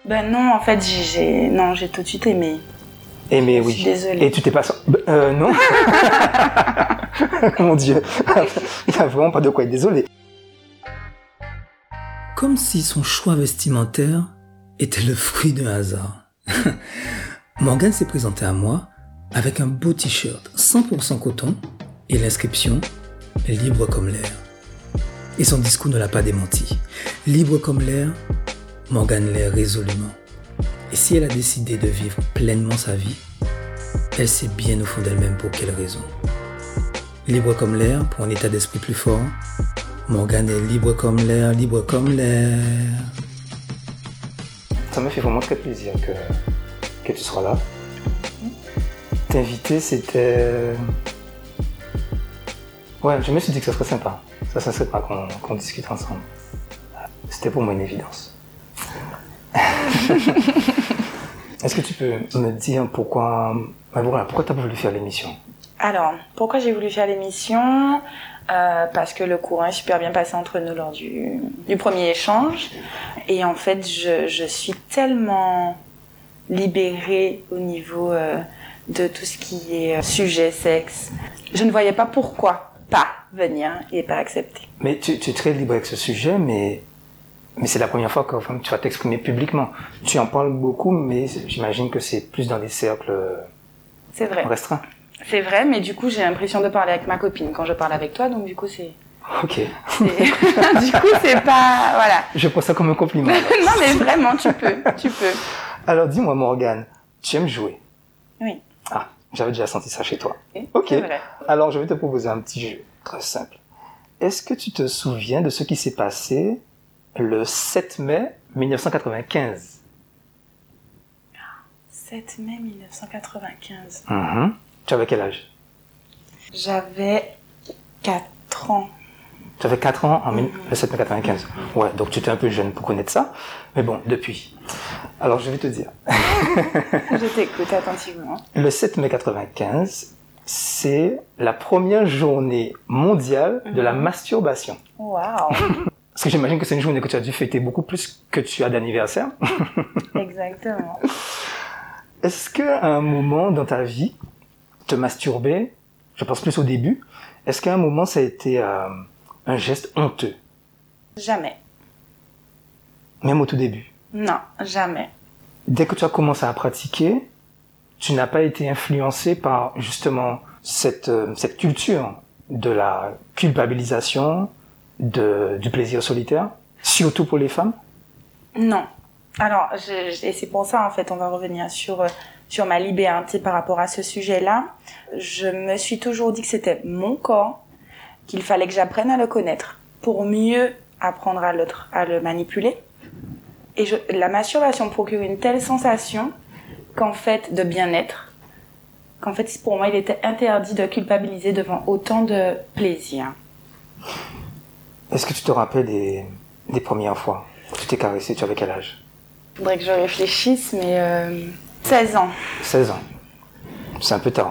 Ben non, en fait, j'ai tout de suite aimé. Aimé, Je suis désolée. Et tu t'es pas... non. Mon Dieu. Il n'y a vraiment pas de quoi être désolé. Comme si son choix vestimentaire était le fruit d'un hasard. Morgane s'est présentée à moi avec un beau t-shirt 100% coton et l'inscription « Libre comme l'air ». Et son discours ne l'a pas démenti. Libre comme l'air, Morgane l'est résolument. Et si elle a décidé de vivre pleinement sa vie, elle sait bien au fond d'elle-même pour quelle raison. Libre comme l'air, pour un état d'esprit plus fort, Morgane est libre comme l'air, libre comme l'air. Ça me fait vraiment très plaisir que tu sois là. T'inviter, c'était... Ouais, je me suis dit que ça serait sympa. Ça serait sympa qu'on discute ensemble. C'était pour moi une évidence. Est-ce que tu peux me dire pourquoi tu as voulu faire l'émission? Alors, pourquoi j'ai voulu faire l'émission? Parce que le courant est super bien passé entre nous lors du premier échange. Et en fait, je suis tellement libérée au niveau de tout ce qui est sujet, sexe. Je ne voyais pas pourquoi pas venir et pas accepter. Mais tu es très libre avec ce sujet, mais c'est la première fois que tu vas t'exprimer publiquement. Tu en parles beaucoup, mais j'imagine que c'est plus dans des cercles restreints. C'est vrai, mais du coup, j'ai l'impression de parler avec ma copine quand je parle avec toi, donc du coup, c'est... Ok. Du coup, c'est pas... Voilà. Je prends ça comme un compliment. Non, mais vraiment, tu peux. Alors, dis-moi, Morgane, tu aimes jouer? Oui. Ah, j'avais déjà senti ça chez toi. Oui, Ok. c'est vrai. Alors, je vais te proposer un petit jeu très simple. Est-ce que tu te souviens de ce qui s'est passé le 7 mai 1995? 7 mai 1995. Tu avais quel âge? J'avais 4 ans. Tu avais 4 ans le 7 mai 95. Ouais, donc tu étais un peu jeune pour connaître ça. Mais bon, depuis. Alors, je vais te dire. Je t'écoute attentivement. Le 7 mai 95, c'est la première journée mondiale de la masturbation. Waouh. Parce que j'imagine que c'est une journée que tu as dû fêter beaucoup plus que tu as d'anniversaire. Exactement. Est-ce qu'à un moment dans ta vie, te masturber, je pense plus au début, est-ce qu'à un moment ça a été un geste honteux? Jamais. Même au tout début? Non, jamais. Dès que tu as commencé à pratiquer, tu n'as pas été influencé par justement cette culture de la culpabilisation, du plaisir solitaire, surtout pour les femmes? Non. Alors, et c'est pour ça, en fait, on va revenir sur ma liberté par rapport à ce sujet-là. Je me suis toujours dit que c'était mon corps, qu'il fallait que j'apprenne à le connaître pour mieux apprendre à l'autre à le manipuler. Et la masturbation procure une telle sensation qu'en fait, de bien-être, qu'en fait, pour moi, il était interdit de culpabiliser devant autant de plaisir. Est-ce que tu te rappelles des premières fois que tu t'es caressé? Tu avais quel âge? Il faudrait que je réfléchisse, mais 16 ans. 16 ans. C'est un peu tard.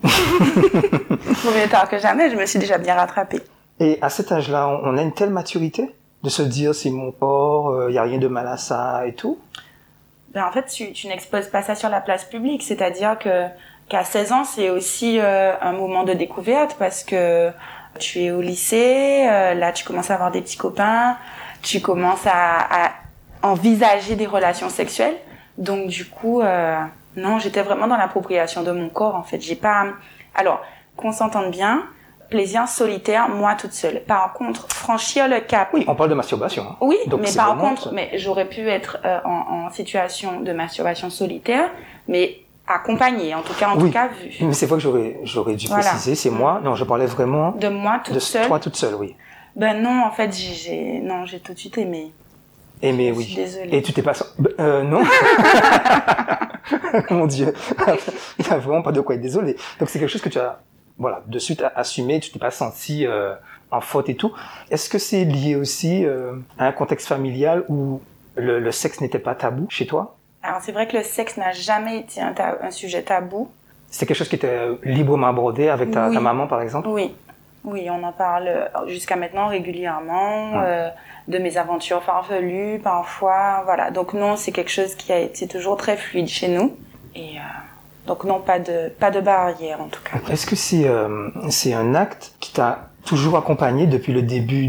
Vaut mieux tard que jamais, je me suis déjà bien rattrapée. Et à cet âge-là, on a une telle maturité de se dire c'est mon corps, il n'y a rien de mal à ça et tout? Ben, en fait, tu n'exposes pas ça sur la place publique, c'est-à-dire qu'à 16 ans, c'est aussi un moment de découverte parce que tu es au lycée, là tu commences à avoir des petits copains, tu commences à envisager des relations sexuelles. Donc du coup, non, j'étais vraiment dans l'appropriation de mon corps en fait. J'ai pas... Alors, qu'on s'entende bien, plaisir solitaire, moi toute seule. Par contre, franchir le cap... Oui, on parle de masturbation. Hein. Oui, donc, mais par contre, mais j'aurais pu être en situation de masturbation solitaire, mais accompagnée, en tout cas vue. Mais c'est vrai que j'aurais dû préciser, c'est moi. Non, je parlais vraiment... De moi toute seule. Toi toute seule, oui. Ben non, en fait, j'ai tout de suite aimé. Aimé, Je oui. suis désolée. Et tu t'es pas... non. Mon Dieu. Il n'y a vraiment pas de quoi être désolé. Donc c'est quelque chose que tu as, voilà, de suite assumé, tu t'es pas senti en faute et tout. Est-ce que c'est lié aussi à un contexte familial où le sexe n'était pas tabou chez toi? Alors c'est vrai que le sexe n'a jamais été un sujet tabou. C'était quelque chose qui était librement abordé avec ta maman, par exemple? Oui. Oui, on en parle jusqu'à maintenant régulièrement, de mes aventures farfelues parfois, voilà. Donc non, c'est quelque chose qui a été toujours très fluide chez nous. Et donc non, pas de barrière en tout cas. Est-ce que c'est un acte qui t'a toujours accompagné depuis le début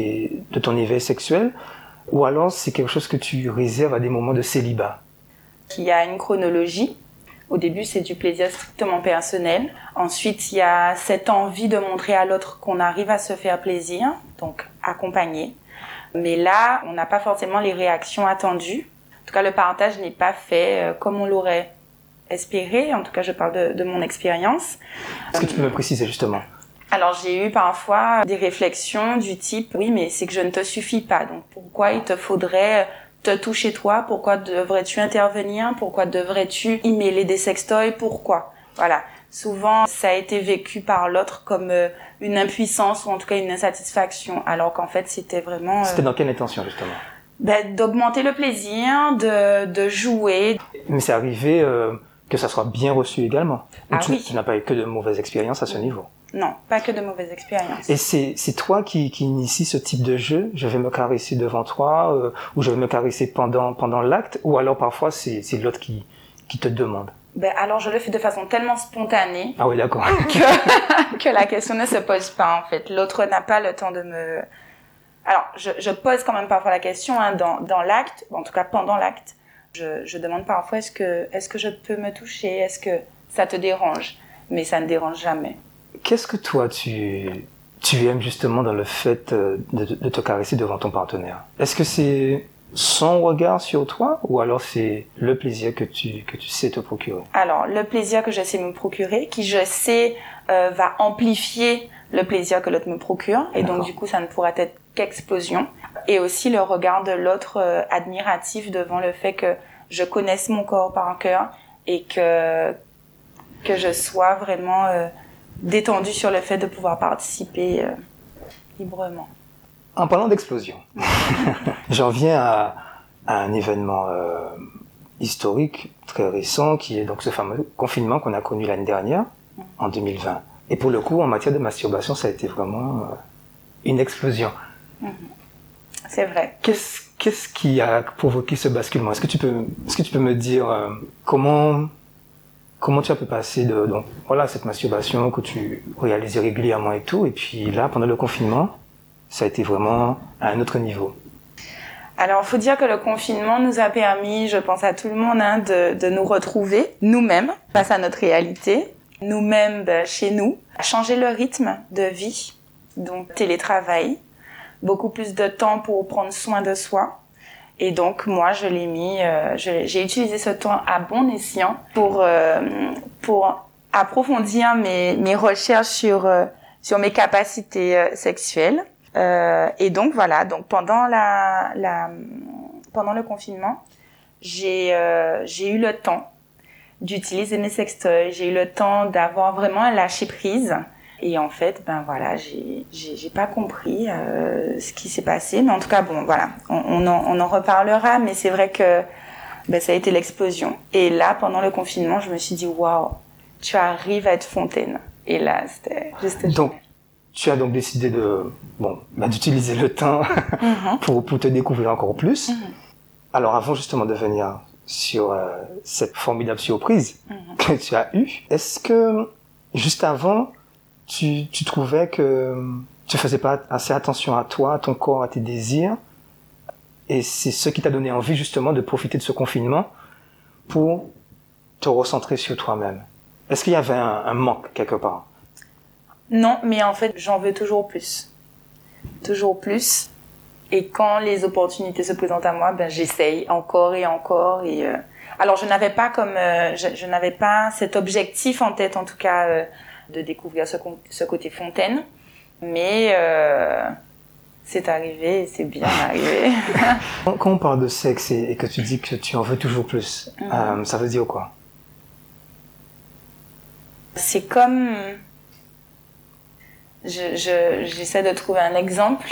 de ton éveil sexuel, ou alors c'est quelque chose que tu réserves à des moments de célibat? Il y a une chronologie. Au début, c'est du plaisir strictement personnel. Ensuite, il y a cette envie de montrer à l'autre qu'on arrive à se faire plaisir, donc accompagner. Mais là, on n'a pas forcément les réactions attendues. En tout cas, le partage n'est pas fait comme on l'aurait espéré. En tout cas, je parle de mon expérience. Est-ce que tu peux me préciser justement? Alors, j'ai eu parfois des réflexions du type « Oui, mais c'est que je ne te suffis pas. Donc, pourquoi il te faudrait te toucher toi? Pourquoi devrais-tu intervenir? Pourquoi devrais-tu y mêler des sextoys? Pourquoi ?» Voilà. Souvent, ça a été vécu par l'autre comme une impuissance ou en tout cas une insatisfaction, alors qu'en fait, c'était vraiment... C'était dans quelle intention, justement? D'augmenter le plaisir, de jouer. Mais c'est arrivé que ça soit bien reçu également. Oui. Tu n'as pas eu que de mauvaises expériences à ce niveau. Non, pas que de mauvaises expériences. Et c'est toi qui initie ce type de jeu? Je vais me caresser devant toi, ou je vais me caresser pendant l'acte, ou alors parfois c'est l'autre qui te demande? Alors je le fais de façon tellement spontanée. Ah oui, d'accord. que la question ne se pose pas en fait. L'autre n'a pas le temps de me... Alors je pose quand même parfois la question dans l'acte, en tout cas pendant l'acte. Je demande parfois est-ce que je peux me toucher? Est-ce que ça te dérange? Mais ça ne dérange jamais. Qu'est-ce que toi tu aimes justement dans le fait de te caresser devant ton partenaire? Est-ce que c'est son regard sur toi, ou alors c'est le plaisir que tu sais te procurer? Alors, le plaisir que je sais me procurer, qui je sais va amplifier le plaisir que l'autre me procure, et donc du coup ça ne pourra être qu'explosion. Et aussi le regard de l'autre admiratif devant le fait que je connaisse mon corps par cœur et que je sois vraiment détendue sur le fait de pouvoir participer librement. En parlant d'explosion, j'en viens à un événement historique très récent qui est donc ce fameux confinement qu'on a connu l'année dernière, en 2020. Et pour le coup, en matière de masturbation, ça a été vraiment une explosion. C'est vrai. Qu'est-ce qui a provoqué ce basculement? Est-ce que tu peux me dire comment tu as pu passer de cette masturbation que tu réalisais régulièrement et tout, et puis là, pendant le confinement, ça a été vraiment à un autre niveau? Alors, il faut dire que le confinement nous a permis, je pense à tout le monde, de nous retrouver nous-mêmes face à notre réalité, nous-mêmes chez nous, changer le rythme de vie, donc télétravail, beaucoup plus de temps pour prendre soin de soi. Et donc, moi, je l'ai mis, j'ai utilisé ce temps à bon escient pour approfondir mes recherches sur mes capacités sexuelles. Et donc voilà, donc pendant pendant le confinement, j'ai eu le temps d'utiliser mes sextoys, j'ai eu le temps d'avoir vraiment un lâcher prise. Et en fait, j'ai pas compris ce qui s'est passé, mais en tout cas bon, voilà, on en reparlera, mais c'est vrai que ça a été l'explosion. Et là, pendant le confinement, je me suis dit waouh, tu arrives à être fontaine. Et là, c'était juste génial. Tu as donc décidé d'utiliser le temps pour te découvrir encore plus. Alors avant justement de venir sur cette formidable surprise que tu as eue, est-ce que juste avant, tu trouvais que tu faisais pas assez attention à toi, à ton corps, à tes désirs, et c'est ce qui t'a donné envie justement de profiter de ce confinement pour te recentrer sur toi-même? Est-ce qu'il y avait un manque quelque part? Non, mais en fait, j'en veux toujours plus. Toujours plus. Et quand les opportunités se présentent à moi, j'essaye encore et encore. Et alors, je n'avais pas je n'avais pas cet objectif en tête, en tout cas, de découvrir ce côté fontaine. Mais c'est arrivé, et c'est bien arrivé. Quand on parle de sexe et que tu dis que tu en veux toujours plus, ça veut dire quoi? C'est comme... J'essaie de trouver un exemple.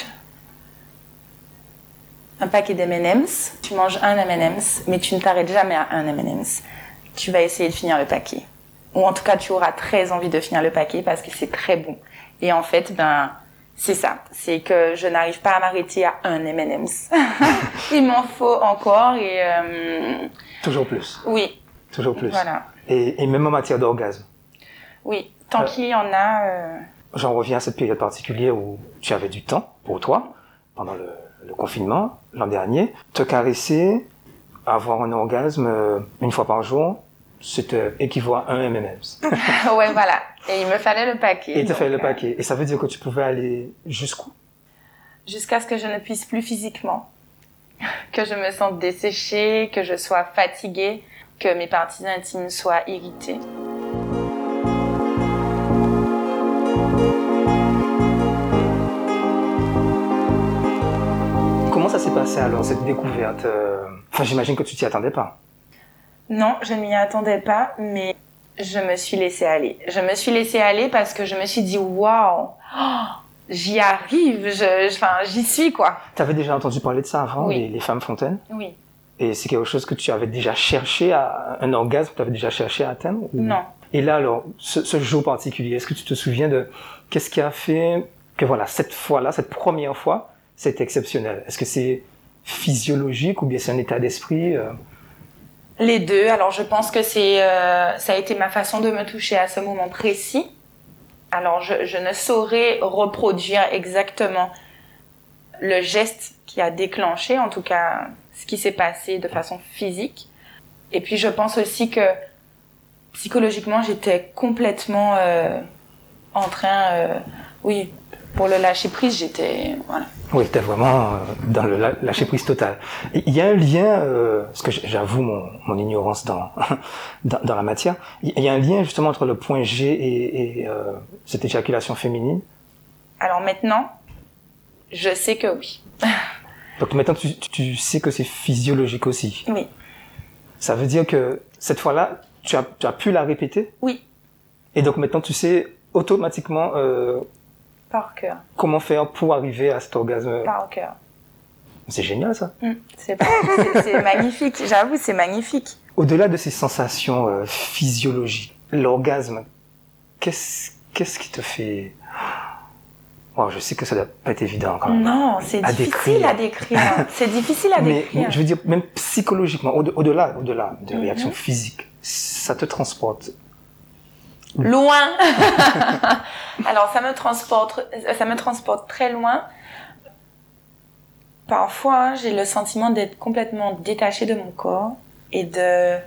Un paquet d'M&M's. Tu manges un M&M's, mais tu ne t'arrêtes jamais à un M&M's. Tu vas essayer de finir le paquet. Ou en tout cas, tu auras très envie de finir le paquet parce que c'est très bon. Et en fait, c'est ça. C'est que je n'arrive pas à m'arrêter à un M&M's. Il m'en faut encore et... Toujours plus. Oui. Toujours plus. Voilà. Et même en matière d'orgasme. Oui. Tant qu'il y en a... J'en reviens à cette période particulière où tu avais du temps pour toi, pendant le confinement, l'an dernier. Te caresser, avoir un orgasme une fois par jour, c'était équivaut à un M&M's. Ouais, voilà. Et il me fallait le paquet. Et il te fallait le paquet. Et ça veut dire que tu pouvais aller jusqu'où? Jusqu'à ce que je ne puisse plus physiquement. Que je me sente desséchée, que je sois fatiguée, que mes parties intimes soient irritées. Comment ça s'est passé alors, cette découverte? Enfin, j'imagine que tu t'y attendais pas. Non, je ne m'y attendais pas, mais je me suis laissée aller. Je me suis laissée aller parce que je me suis dit, waouh, j'y arrive, j'y suis, quoi. Tu avais déjà entendu parler de ça avant, Oui. les femmes fontaines? Oui. Et c'est quelque chose que tu avais déjà cherché un orgasme, tu avais déjà cherché à atteindre? Non. Et là, alors, ce jour particulier, est-ce que tu te souviens de qu'est-ce qui a fait que voilà, cette fois-là, cette première fois, c'était exceptionnel? Est-ce que c'est physiologique ou bien c'est un état d'esprit? Les deux. Alors, je pense que ça a été ma façon de me toucher à ce moment précis. Alors, je ne saurais reproduire exactement le geste qui a déclenché, en tout cas, ce qui s'est passé de façon physique. Et puis, je pense aussi que psychologiquement, j'étais complètement en train, oui, pour le lâcher prise, j'étais, voilà. Oui, t'es vraiment dans le lâcher prise total. Il y a un lien, parce que j'avoue mon ignorance dans la matière, il y a un lien justement entre le point G et cette éjaculation féminine. Alors maintenant, je sais que oui. Donc maintenant tu sais que c'est physiologique aussi. Oui. Ça veut dire que cette fois-là, tu as pu la répéter? Oui. Et donc maintenant tu sais automatiquement Par cœur. comment faire pour arriver à cet orgasme? Par cœur. C'est génial ça. C'est magnifique, j'avoue, c'est magnifique. Au-delà de ces sensations physiologiques, l'orgasme, qu'est-ce qui te fait... Oh, je sais que ça doit pas être évident quand même. Non, c'est difficile à décrire. C'est difficile à décrire. Mais je veux dire, même psychologiquement, au-delà de réactions physiques, ça te transporte. Loin. Alors, ça me transporte très loin. Parfois, j'ai le sentiment d'être complètement détachée de mon corps et de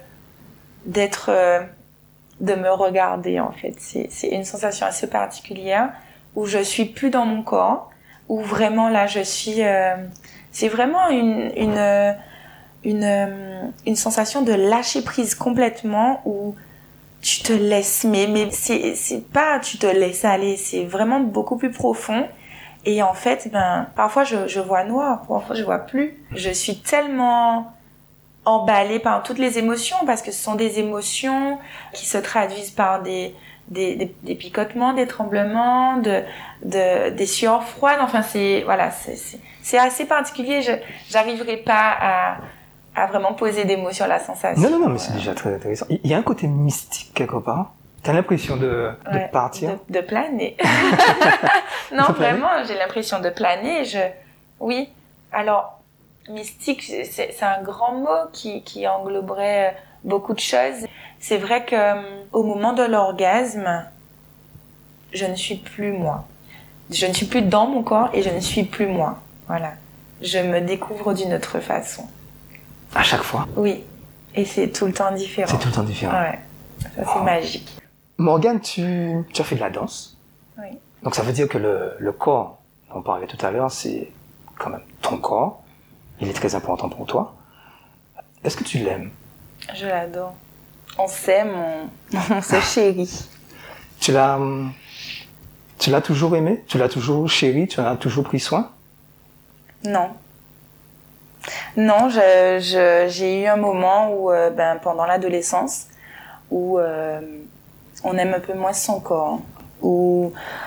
me regarder, en fait. C'est une sensation assez particulière où je suis plus dans mon corps, où vraiment là, je suis, c'est vraiment une sensation de lâcher prise complètement où tu te laisses, mais c'est pas tu te laisses aller, c'est vraiment beaucoup plus profond. Et en fait, parfois je vois noir, parfois je vois plus. Je suis tellement emballée par toutes les émotions parce que ce sont des émotions qui se traduisent par des picotements, des tremblements, des sueurs froides. Enfin, c'est assez particulier. J'arriverai pas à vraiment poser des mots sur la sensation. Non, mais c'est déjà très intéressant. Il y a un côté mystique quelque part. T'as l'impression de partir? De planer. Non, vraiment, j'ai l'impression de planer. Oui. Alors, mystique, c'est un grand mot qui engloberait beaucoup de choses. C'est vrai que au moment de l'orgasme, je ne suis plus moi. Je ne suis plus dans mon corps et je ne suis plus moi. Voilà. Je me découvre d'une autre façon. À chaque fois? Oui. Et c'est tout le temps différent. C'est tout le temps différent. Ouais. Ça, c'est magique. Morgane, tu as fait de la danse. Oui. Donc ça veut dire que le corps, dont on parlait tout à l'heure, c'est quand même ton corps. Il est très important pour toi. Est-ce que tu l'aimes? Je l'adore. On s'aime, on se chérit. Tu l'as toujours aimé? Tu l'as toujours chéri? Tu en as toujours pris soin? Non. Non, j'ai eu un moment où, pendant l'adolescence, où on aime un peu moins son corps, où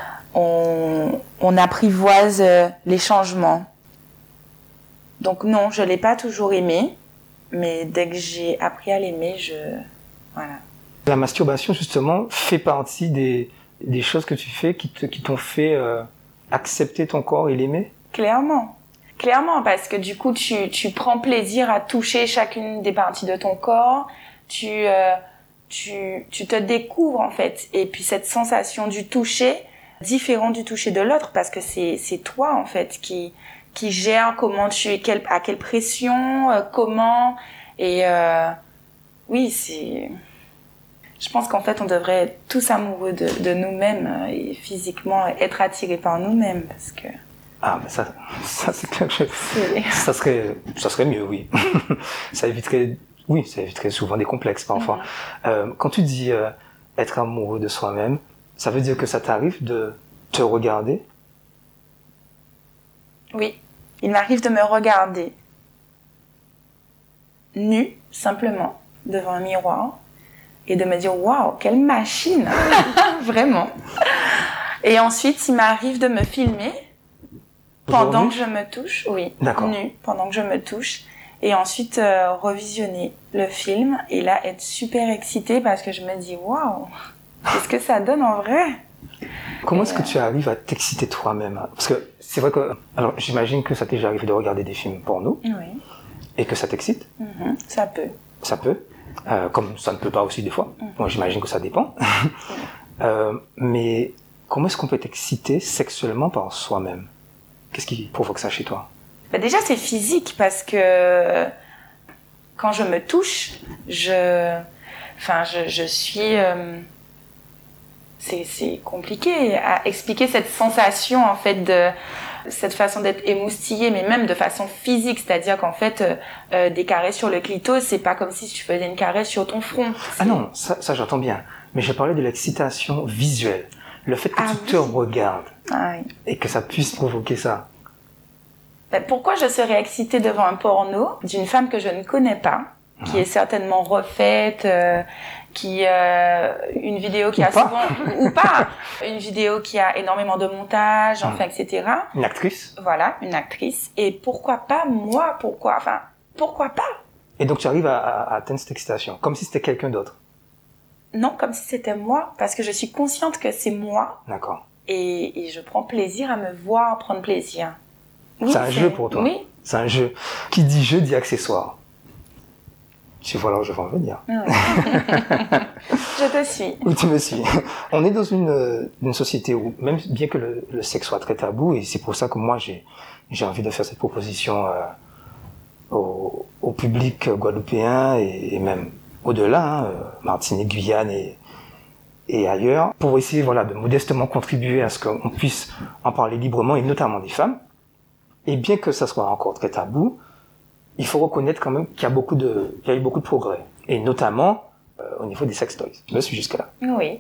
on apprivoise les changements. Donc non, je l'ai pas toujours aimé, mais dès que j'ai appris à l'aimer, voilà. La masturbation, justement, fait partie des des choses que tu fais qui t'ont fait accepter ton corps et l'aimer? Clairement, parce que du coup, tu prends plaisir à toucher chacune des parties de ton corps. Tu te découvres en fait, et puis cette sensation du toucher, différent du toucher de l'autre, parce que c'est toi en fait qui gère comment à quelle pression, comment, et oui, je pense qu'en fait on devrait être tous amoureux de nous-mêmes et physiquement être attirés par nous-mêmes, parce que ah ben ça c'est quelque chose. Ça serait mieux, oui. ça éviterait souvent des complexes parfois. Quand tu dis être amoureux de soi-même, ça veut dire que ça t'arrive de te regarder? Oui, il m'arrive de me regarder nue, simplement, devant un miroir, et de me dire « Waouh, quelle machine !» Vraiment. Et ensuite, il m'arrive de me filmer pendant que je me touche. Oui, nue, pendant que je me touche. Et ensuite, revisionner le film, et là, être super excitée parce que je me dis « Waouh, qu'est-ce que ça donne en vrai ?» Comment est-ce que tu arrives à t'exciter toi-même? Parce que c'est vrai que... Alors, j'imagine que ça t'est déjà arrivé de regarder des films porno. Oui. Et que ça t'excite? Ça peut. Ça peut. Comme ça ne peut pas aussi des fois. Moi, j'imagine que ça dépend. Mais comment est-ce qu'on peut être excité sexuellement par soi-même? Qu'est-ce qui provoque ça chez toi? Déjà, c'est physique, parce que quand je me touche, je suis... c'est compliqué à expliquer cette sensation, en fait, de cette façon d'être émoustillée, mais même de façon physique, c'est-à-dire qu'en fait, des caresses sur le clito, c'est pas comme si tu faisais une caresse sur ton front. Ah non, ça j'entends bien. Mais je parlais de l'excitation visuelle. Le fait que tu te regardes et que ça puisse provoquer ça. Pourquoi je serais excitée devant un porno d'une femme que je ne connais pas, qui est certainement refaite, une vidéo qui a souvent ou pas, une vidéo qui a énormément de montage, enfin, etc. Une actrice. Voilà, une actrice. Et pourquoi pas moi? Pourquoi pas? Et donc tu arrives à atteindre cette excitation, comme si c'était quelqu'un d'autre? Non, comme si c'était moi, parce que je suis consciente que c'est moi. D'accord. Et je prends plaisir à me voir prendre plaisir. Oui, c'est un jeu pour toi. Oui. C'est un jeu. Qui dit jeu dit accessoire. Tu vois là où je veux en venir. Je te suis. Oui, tu me suis. On est dans une société où, même bien que le sexe soit très tabou, et c'est pour ça que moi j'ai envie de faire cette proposition au public guadeloupéen et même au-delà, Martinique, Guyane et ailleurs, pour essayer de modestement contribuer à ce qu'on puisse en parler librement, et notamment des femmes. Et bien que ça soit encore très tabou, il faut reconnaître quand même qu'il y a eu beaucoup de progrès. Et notamment au niveau des sextoys. Je me suis jusqu'à là. Oui.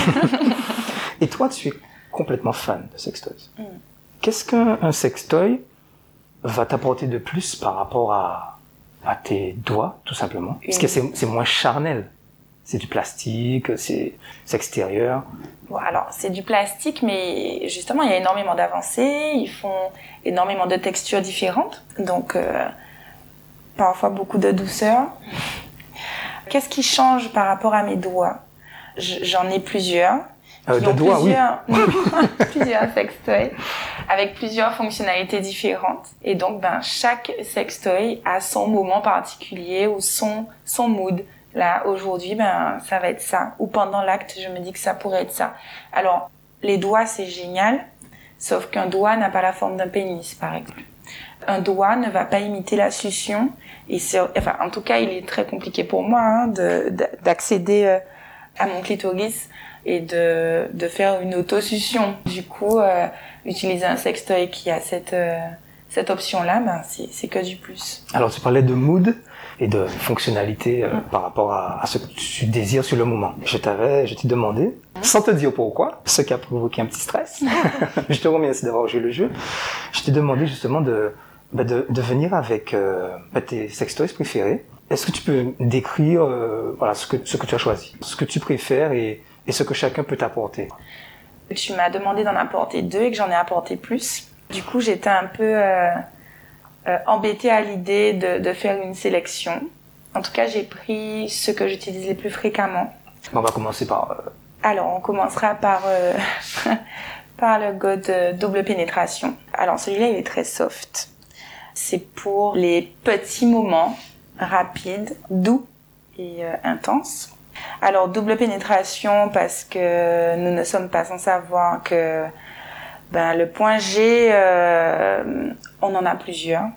Et toi, tu es complètement fan de sextoys. Qu'est-ce qu'un sextoy va t'apporter de plus par rapport à tes doigts, tout simplement? Parce que c'est moins charnel. C'est du plastique, c'est extérieur. Bon, alors, c'est du plastique, mais justement, il y a énormément d'avancées. Ils font énormément de textures différentes. Donc, parfois beaucoup de douceur. Qu'est-ce qui change par rapport à mes doigts? J'en ai plusieurs. De doigts, oui. Plusieurs sextoys avec plusieurs fonctionnalités différentes. Et donc, chaque sextoy a son moment particulier ou son mood. Là, aujourd'hui, ça va être ça. Ou pendant l'acte, je me dis que ça pourrait être ça. Alors, les doigts, c'est génial. Sauf qu'un doigt n'a pas la forme d'un pénis, par exemple. Un doigt ne va pas imiter la succion. Et en tout cas, il est très compliqué pour moi d'accéder à mon clitoris et de faire une autosuccion. Du coup, utiliser un sextoy qui a cette option-là, c'est que du plus. Alors, tu parlais de mood et de fonctionnalité par rapport à ce que tu désires sur le moment. Je t'ai demandé, sans te dire pourquoi, ce qui a provoqué un petit stress. Je te remercie d'avoir joué le jeu. Je t'ai demandé justement de venir avec tes sextoys préférés. Est-ce que tu peux décrire ce que tu as choisi, ce que tu préfères et ce que chacun peut t'apporter? Tu m'as demandé d'en apporter 2 et que j'en ai apporté plus. Du coup, j'étais un peu embêtée à l'idée de faire une sélection. En tout cas, j'ai pris ceux que j'utilise les plus fréquemment. On va commencer par Alors, on commencera par par le God double pénétration. Alors, celui-là, il est très soft. C'est pour les petits moments rapides, doux et intenses. Alors, double pénétration parce que nous ne sommes pas sans savoir que le point G, on en a plusieurs.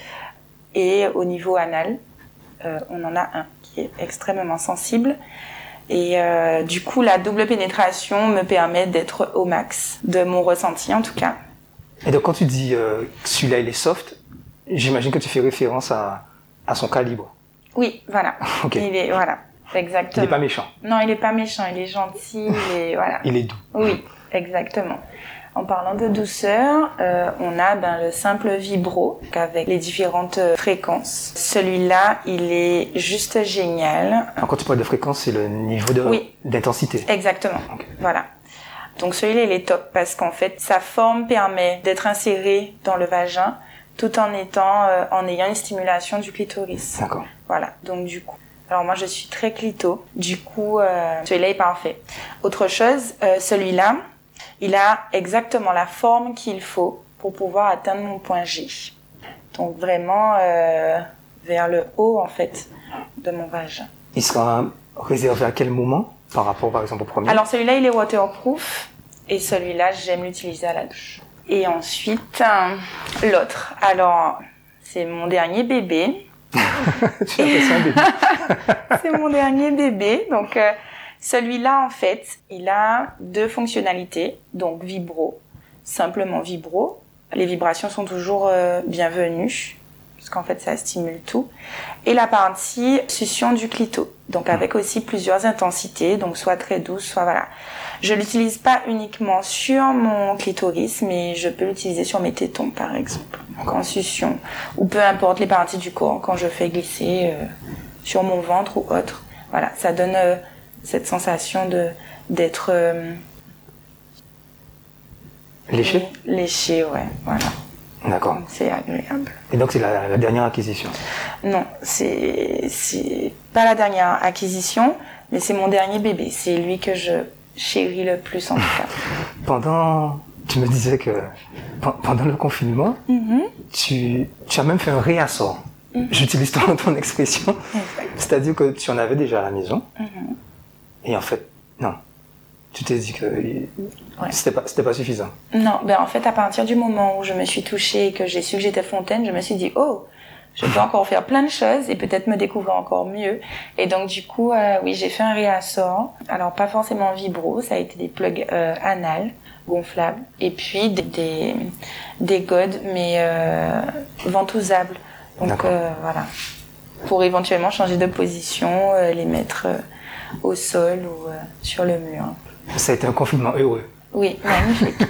Et au niveau anal, on en a un qui est extrêmement sensible. Et du coup, la double pénétration me permet d'être au max de mon ressenti, en tout cas. Et donc, quand tu dis celui-là, il est soft, j'imagine que tu fais référence à son calibre. Oui, voilà. Okay. Il est, voilà, exactement. Il n'est pas méchant. Non, il n'est pas méchant, il est gentil, voilà. Il est doux. Oui, exactement. En parlant de douceur, on a le simple vibro avec les différentes fréquences. Celui-là, il est juste génial. Quand tu parles de fréquence, c'est le niveau d'intensité. Exactement. Okay. Voilà. Donc celui-là, il est top parce qu'en fait, sa forme permet d'être inséré dans le vagin tout en ayant une stimulation du clitoris. D'accord. Voilà. Donc du coup, alors moi je suis très clito. Du coup, celui-là est parfait. Autre chose, celui-là, il a exactement la forme qu'il faut pour pouvoir atteindre mon point G. Donc vraiment vers le haut en fait de mon vagin. Il sera réservé à quel moment par rapport par exemple au premier? Alors celui-là il est waterproof et celui-là j'aime l'utiliser à la douche. Et ensuite l'autre. Alors c'est mon dernier bébé. Tu appelles ça un bébé? C'est mon dernier bébé donc. Celui-là, en fait, il a deux fonctionnalités, donc vibro, simplement vibro. Les vibrations sont toujours bienvenues, parce qu'en fait, ça stimule tout. Et la partie succion du clito, donc avec aussi plusieurs intensités, donc soit très douce, soit voilà. Je l'utilise pas uniquement sur mon clitoris, mais je peux l'utiliser sur mes tétons, par exemple, en succion, ou peu importe les parties du corps, quand je fais glisser sur mon ventre ou autre. Voilà, ça donne... cette sensation d'être léché. Léché, ouais, voilà. D'accord. C'est agréable. Et donc c'est la dernière acquisition? Non, c'est pas la dernière acquisition, mais c'est mon dernier bébé. C'est lui que je chéris le plus en tout cas. Tu me disais que pendant le confinement, tu as même fait un réassort. J'utilise ton expression. Exact. C'est-à-dire que tu en avais déjà à la maison. Et en fait, non. Tu t'es dit que c'était pas suffisant. Non, en fait, à partir du moment où je me suis touchée et que j'ai su que j'étais fontaine, je me suis dit, je peux encore faire plein de choses et peut-être me découvrir encore mieux. Et donc, du coup, oui, j'ai fait un réassort. Alors, pas forcément vibro, ça a été des plugs anal, gonflables. Et puis, des godes, mais ventousables. Donc, voilà. Pour éventuellement changer de position, les mettre... au sol ou sur le mur. Ça a été un confinement heureux. Oui, magnifique.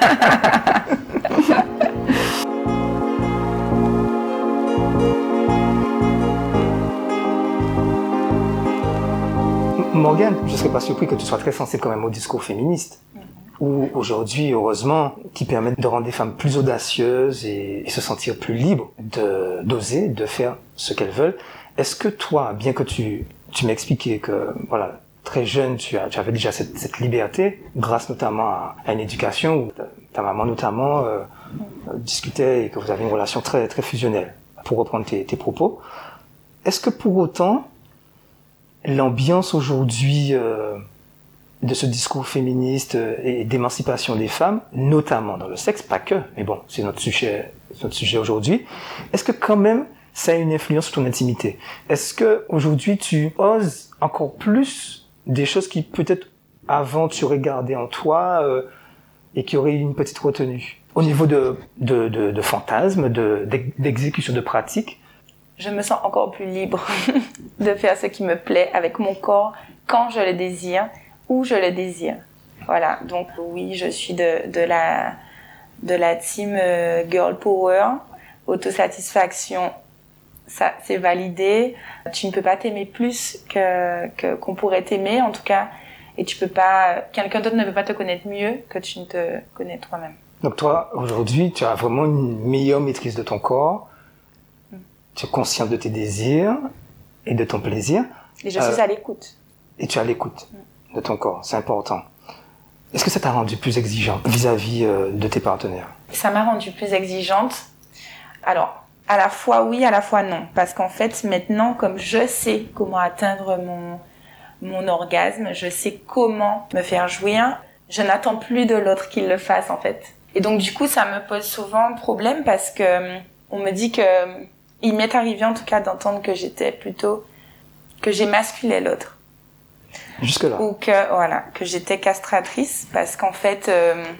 Morgane, je ne serais pas surpris que tu sois très sensible quand même au discours féministe, où aujourd'hui, heureusement, qui permettent de rendre les femmes plus audacieuses et se sentir plus libres d'oser, de faire ce qu'elles veulent. Est-ce que toi, bien que tu m'expliquais que, voilà, très jeune, tu avais déjà cette liberté, grâce notamment à une éducation où ta maman notamment discutait et que vous avez une relation très, très fusionnelle, pour reprendre tes propos. Est-ce que pour autant, l'ambiance aujourd'hui de ce discours féministe et d'émancipation des femmes, notamment dans le sexe, pas que, mais bon, c'est notre sujet aujourd'hui, est-ce que quand même, ça a une influence sur ton intimité? Est-ce que aujourd'hui tu oses encore plus des choses qui peut-être avant tu aurais gardé en toi et qui auraient une petite retenue au niveau de fantasmes, d'exécution de pratiques? Je me sens encore plus libre de faire ce qui me plaît avec mon corps quand je le désire, où je le désire. Voilà, donc oui, je suis de la team girl power, autosatisfaction. Ça, c'est validé. Tu ne peux pas t'aimer plus qu'on pourrait t'aimer, en tout cas. Et quelqu'un d'autre ne peut pas te connaître mieux que tu ne te connais toi-même. Donc toi, aujourd'hui, tu as vraiment une meilleure maîtrise de ton corps. Tu es conscient de tes désirs et de ton plaisir. Et je suis à l'écoute. Et tu es à l'écoute. de ton corps, c'est important. Est-ce que ça t'a rendu plus exigeant vis-à-vis de tes partenaires? Ça m'a rendue plus exigeante. Alors, à la fois oui, à la fois non. Parce qu'en fait, maintenant, comme je sais comment atteindre mon orgasme, je sais comment me faire jouir, je n'attends plus de l'autre qu'il le fasse, en fait. Et donc, du coup, ça me pose souvent problème parce que on me dit que, il m'est arrivé en tout cas d'entendre que que j'émasculais l'autre. Jusque-là. Ou que j'étais castratrice parce qu'en fait,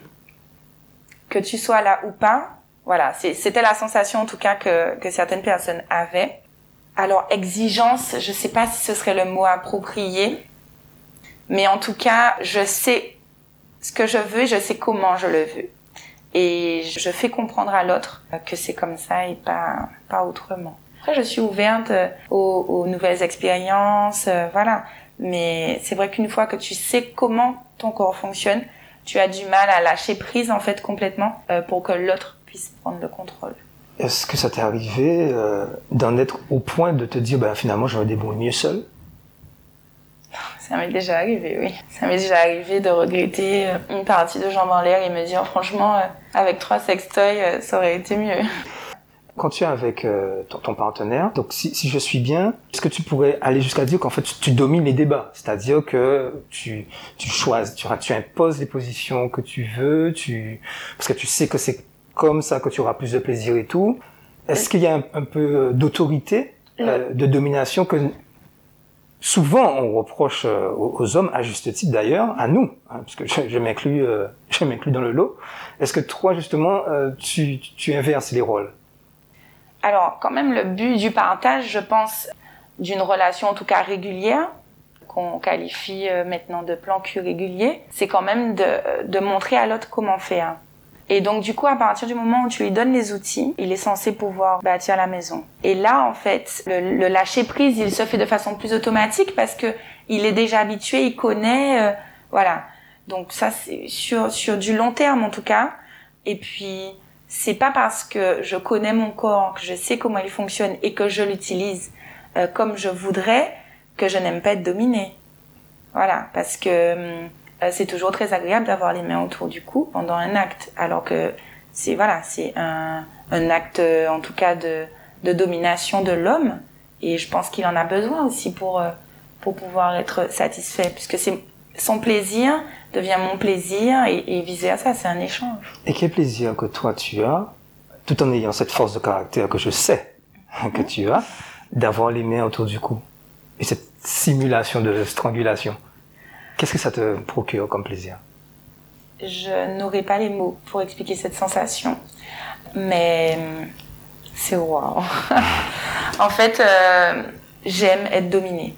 que tu sois là ou pas, voilà, c'était la sensation en tout cas que certaines personnes avaient. Alors, exigence, je sais pas si ce serait le mot approprié, mais en tout cas, je sais ce que je veux et je sais comment je le veux. Et je fais comprendre à l'autre que c'est comme ça et pas autrement. Après, je suis ouverte aux nouvelles expériences, voilà. Mais c'est vrai qu'une fois que tu sais comment ton corps fonctionne, tu as du mal à lâcher prise en fait complètement pour que l'autre puisse prendre le contrôle. Est-ce que ça t'est arrivé d'en être au point de te dire finalement je me débrouille mieux seul? Ça m'est déjà arrivé, oui. Ça m'est déjà arrivé de regretter une partie de jambes en l'air et me dire franchement avec 3 sextoys ça aurait été mieux. Quand tu es avec ton partenaire, donc si je suis bien, est-ce que tu pourrais aller jusqu'à dire qu'en fait tu domines les débats, c'est-à-dire que tu choisis, tu imposes les positions que tu veux, parce que tu sais que c'est comme ça que tu auras plus de plaisir et tout. Est-ce qu'il y a un peu d'autorité, de domination que souvent on reproche aux hommes, à juste titre d'ailleurs, à nous, parce que je m'inclus dans le lot. Est-ce que toi justement tu inverses les rôles? Alors, quand même, le but du partage, je pense, d'une relation en tout cas régulière, qu'on qualifie maintenant de plan cul régulier, c'est quand même de montrer à l'autre comment faire. Et donc, du coup, à partir du moment où tu lui donnes les outils, il est censé pouvoir bâtir la maison. Et là, en fait, le lâcher prise, il se fait de façon plus automatique parce que il est déjà habitué, il connaît, voilà. Donc ça, c'est sur du long terme en tout cas. Et puis, c'est pas parce que je connais mon corps, que je sais comment il fonctionne et que je l'utilise comme je voudrais que je n'aime pas être dominée. Voilà, parce que c'est toujours très agréable d'avoir les mains autour du cou pendant un acte, alors que c'est un acte en tout cas de domination de l'homme, et je pense qu'il en a besoin aussi pour pouvoir être satisfait, puisque c'est son plaisir devient mon plaisir et vice versa, c'est un échange. Et quel plaisir que toi tu as, tout en ayant cette force de caractère que je sais que tu as, d'avoir les mains autour du cou et cette simulation de strangulation. Qu'est-ce que ça te procure comme plaisir? Je n'aurai pas les mots pour expliquer cette sensation, mais c'est waouh. En fait, j'aime être dominée.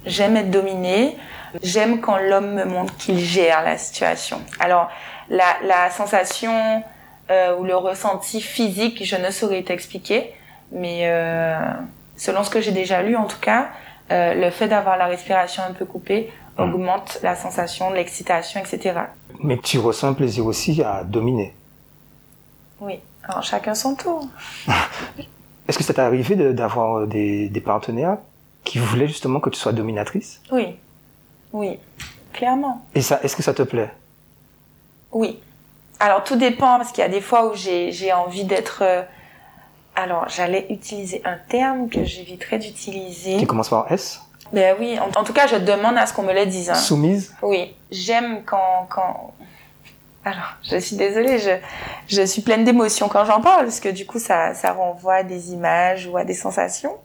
J'aime quand l'homme me montre qu'il gère la situation. Alors, la sensation ou le ressenti physique, je ne saurais t'expliquer, mais selon ce que j'ai déjà lu en tout cas, le fait d'avoir la respiration un peu coupée augmente la sensation, l'excitation, etc. Mais tu ressens un plaisir aussi à dominer. Oui, alors chacun son tour. Est-ce que ça t'est arrivé d'avoir des partenaires qui voulaient justement que tu sois dominatrice? Oui, clairement. Et ça, est-ce que ça te plaît? Oui. Alors tout dépend, parce qu'il y a des fois où j'ai envie d'être... alors j'allais utiliser un terme que j'éviterais d'utiliser. Qui commence par S? Ben oui, en tout cas je demande à ce qu'on me le dise. Soumise? Oui, j'aime quand... Alors, je suis désolée, je suis pleine d'émotions quand j'en parle, parce que du coup ça renvoie à des images ou à des sensations.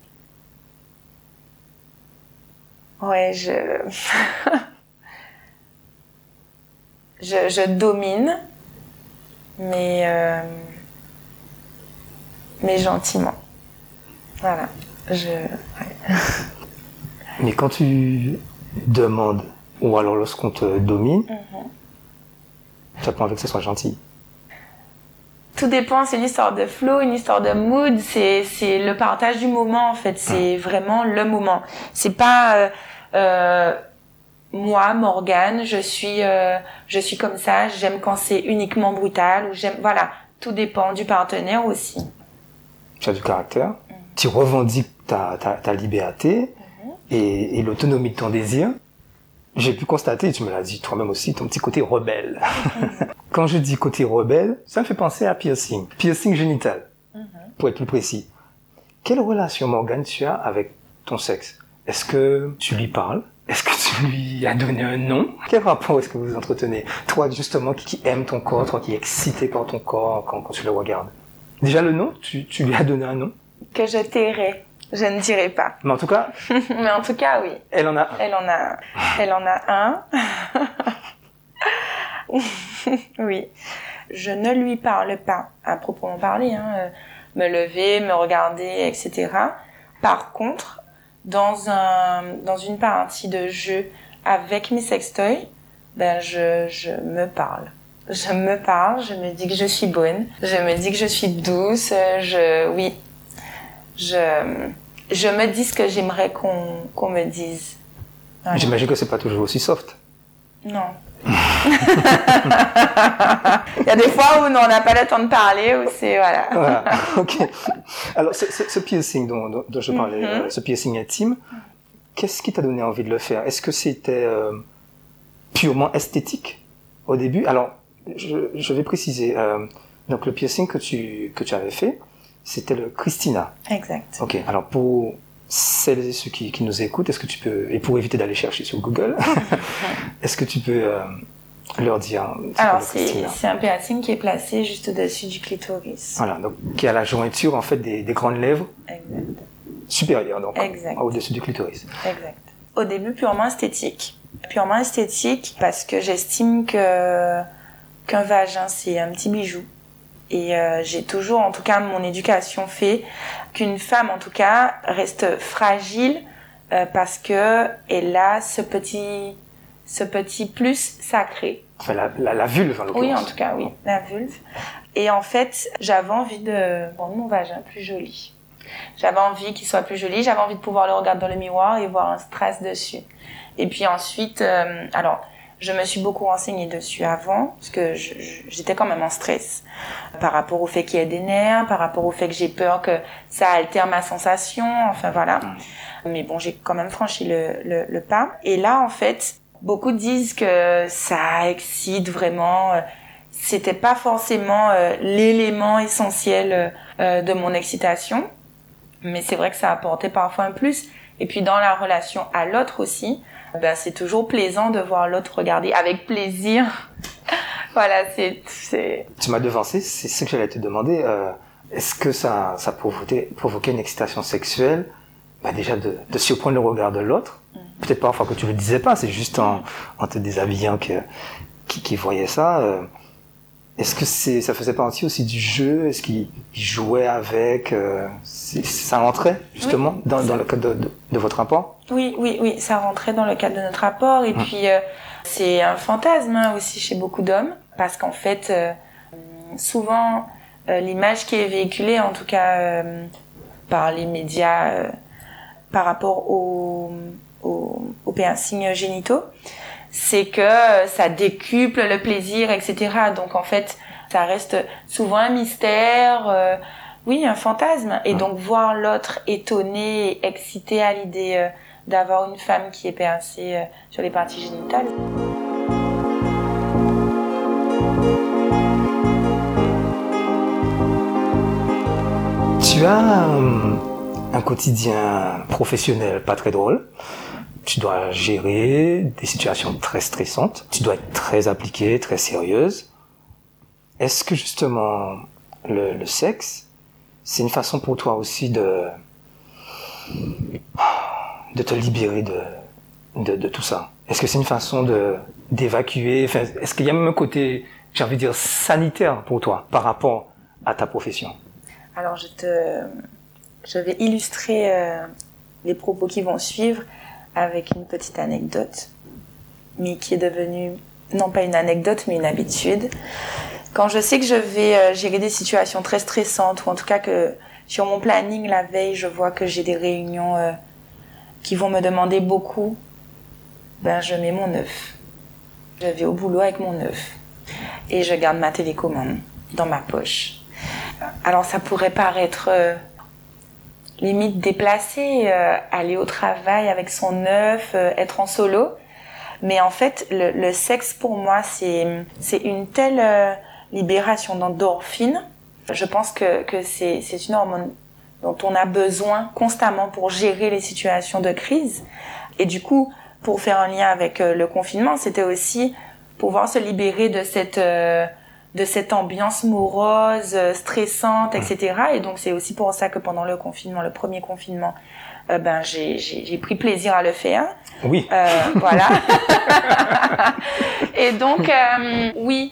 Ouais, je domine, mais gentiment. Voilà. Ouais. Mais quand tu demandes, ou alors lorsqu'on te domine, tu as pas envie que ce soit gentil. Tout dépend, c'est une histoire de flow, une histoire de mood, c'est le partage du moment en fait, c'est vraiment le moment. C'est pas moi, Morgane, je suis comme ça, j'aime quand c'est uniquement brutal, ou voilà, tout dépend du partenaire aussi. Tu as du caractère, tu revendiques ta liberté et l'autonomie de ton désir. j'ai pu constater, tu me l'as dit toi-même aussi, ton petit côté rebelle. Quand je dis côté rebelle, ça me fait penser à piercing génital, pour être plus précis. Quelle relation, Morgane, tu as avec ton sexe? Est-ce que tu lui parles? Est-ce que tu lui as donné un nom? Quel rapport est-ce que vous entretenez? Toi, justement, qui aime ton corps, toi qui es excité par ton corps quand tu le regardes. Déjà, le nom, tu lui as donné un nom? Que je tairai. Je ne dirai pas. Mais en tout cas... Mais en tout cas, oui. Elle en a un. Elle en a un. Oui. Je ne lui parle pas, à proprement parler, hein. Me lever, me regarder, etc. Par contre, dans une partie de jeu avec mes sextoys, ben je me parle. Je me parle, je me dis que je suis bonne, je me dis que je suis douce, je me dis ce que j'aimerais qu'on me dise. Voilà. J'imagine que c'est pas toujours aussi soft. Non. Il y a des fois où on n'a pas le temps de parler, où c'est, voilà. Ok. Alors, ce piercing dont je parlais, ce piercing intime, qu'est-ce qui t'a donné envie de le faire? Est-ce que c'était purement esthétique au début? Alors, je vais préciser. Donc, le piercing que tu avais fait, c'était le Christina. Exact. Ok. Alors, pour celles et ceux qui nous écoutent, est-ce que tu peux, et pour éviter d'aller chercher sur Google, est-ce que tu peux leur dire? Alors, c'est un piercing qui est placé juste au-dessus du clitoris. Voilà, donc qui a la jointure en fait des grandes lèvres supérieures, donc au-dessus du clitoris. Exact. Au début, purement esthétique. Purement esthétique parce que j'estime qu'un vagin, c'est un petit bijou. Et j'ai toujours, en tout cas, mon éducation fait qu'une femme, en tout cas, reste fragile parce que elle a ce petit plus sacré. Enfin, la vulve, en l'occurrence. Oui, en tout cas, oui, la vulve. Et en fait, j'avais envie de rendre mon vagin plus joli. J'avais envie qu'il soit plus joli. J'avais envie de pouvoir le regarder dans le miroir et voir un strass dessus. Et puis ensuite, alors, je me suis beaucoup renseignée dessus avant, parce que j'étais quand même en stress par rapport au fait qu'il y ait des nerfs, par rapport au fait que j'ai peur que ça altère ma sensation, enfin voilà. Mais bon, j'ai quand même franchi le pas. Et là, en fait, beaucoup disent que ça excite vraiment. C'était pas forcément l'élément essentiel de mon excitation, mais c'est vrai que ça apportait parfois un plus. Et puis dans la relation à l'autre aussi, ben c'est toujours plaisant de voir l'autre regarder avec plaisir. Voilà, c'est. Tu m'as devancé, c'est ce que j'allais te demander. Est-ce que ça provoquait une excitation sexuelle? Bah déjà de surprendre le regard de l'autre. Peut-être parfois que tu le disais pas, c'est juste en te déshabillant qui voyait ça. Est-ce que ça faisait partie aussi du jeu? Est-ce qu'il jouait avec? Ça rentrait justement dans le cadre de votre rapport? Oui, ça rentrait dans le cadre de notre rapport. Et puis c'est un fantasme aussi chez beaucoup d'hommes, parce qu'en fait, souvent l'image qui est véhiculée, en tout cas par les médias, par rapport aux piercings génitaux, c'est que ça décuple le plaisir, etc. Donc en fait, ça reste souvent un mystère, oui, un fantasme. Et donc voir l'autre étonné et excité à l'idée d'avoir une femme qui est pincée sur les parties génitales. Tu as un quotidien professionnel pas très drôle. Tu dois gérer des situations très stressantes. Tu dois être très appliquée, très sérieuse. Est-ce que justement le sexe, c'est une façon pour toi aussi de te libérer de tout ça? Est-ce que c'est une façon d'évacuer? Enfin, est-ce qu'il y a même un côté, j'ai envie de dire, sanitaire pour toi par rapport à ta profession? Alors je vais illustrer les propos qui vont suivre avec une petite anecdote, mais qui est devenue non pas une anecdote mais une habitude. Quand je sais que je vais gérer des situations très stressantes, ou en tout cas que sur mon planning la veille, je vois que j'ai des réunions qui vont me demander beaucoup, ben je mets mon œuf. Je vais au boulot avec mon œuf et je garde ma télécommande dans ma poche. Alors ça pourrait paraître limite déplacé, aller au travail avec son œuf, être en solo, Mais en fait, le sexe pour moi, c'est une telle libération d'endorphines. Je pense que c'est une hormone dont on a besoin constamment pour gérer les situations de crise. Et du coup, pour faire un lien avec le confinement, c'était aussi pouvoir se libérer de cette ambiance morose, stressante, etc. Et donc, c'est aussi pour ça que pendant le confinement, le premier confinement, j'ai pris plaisir à le faire. Oui. Voilà. Et donc, oui,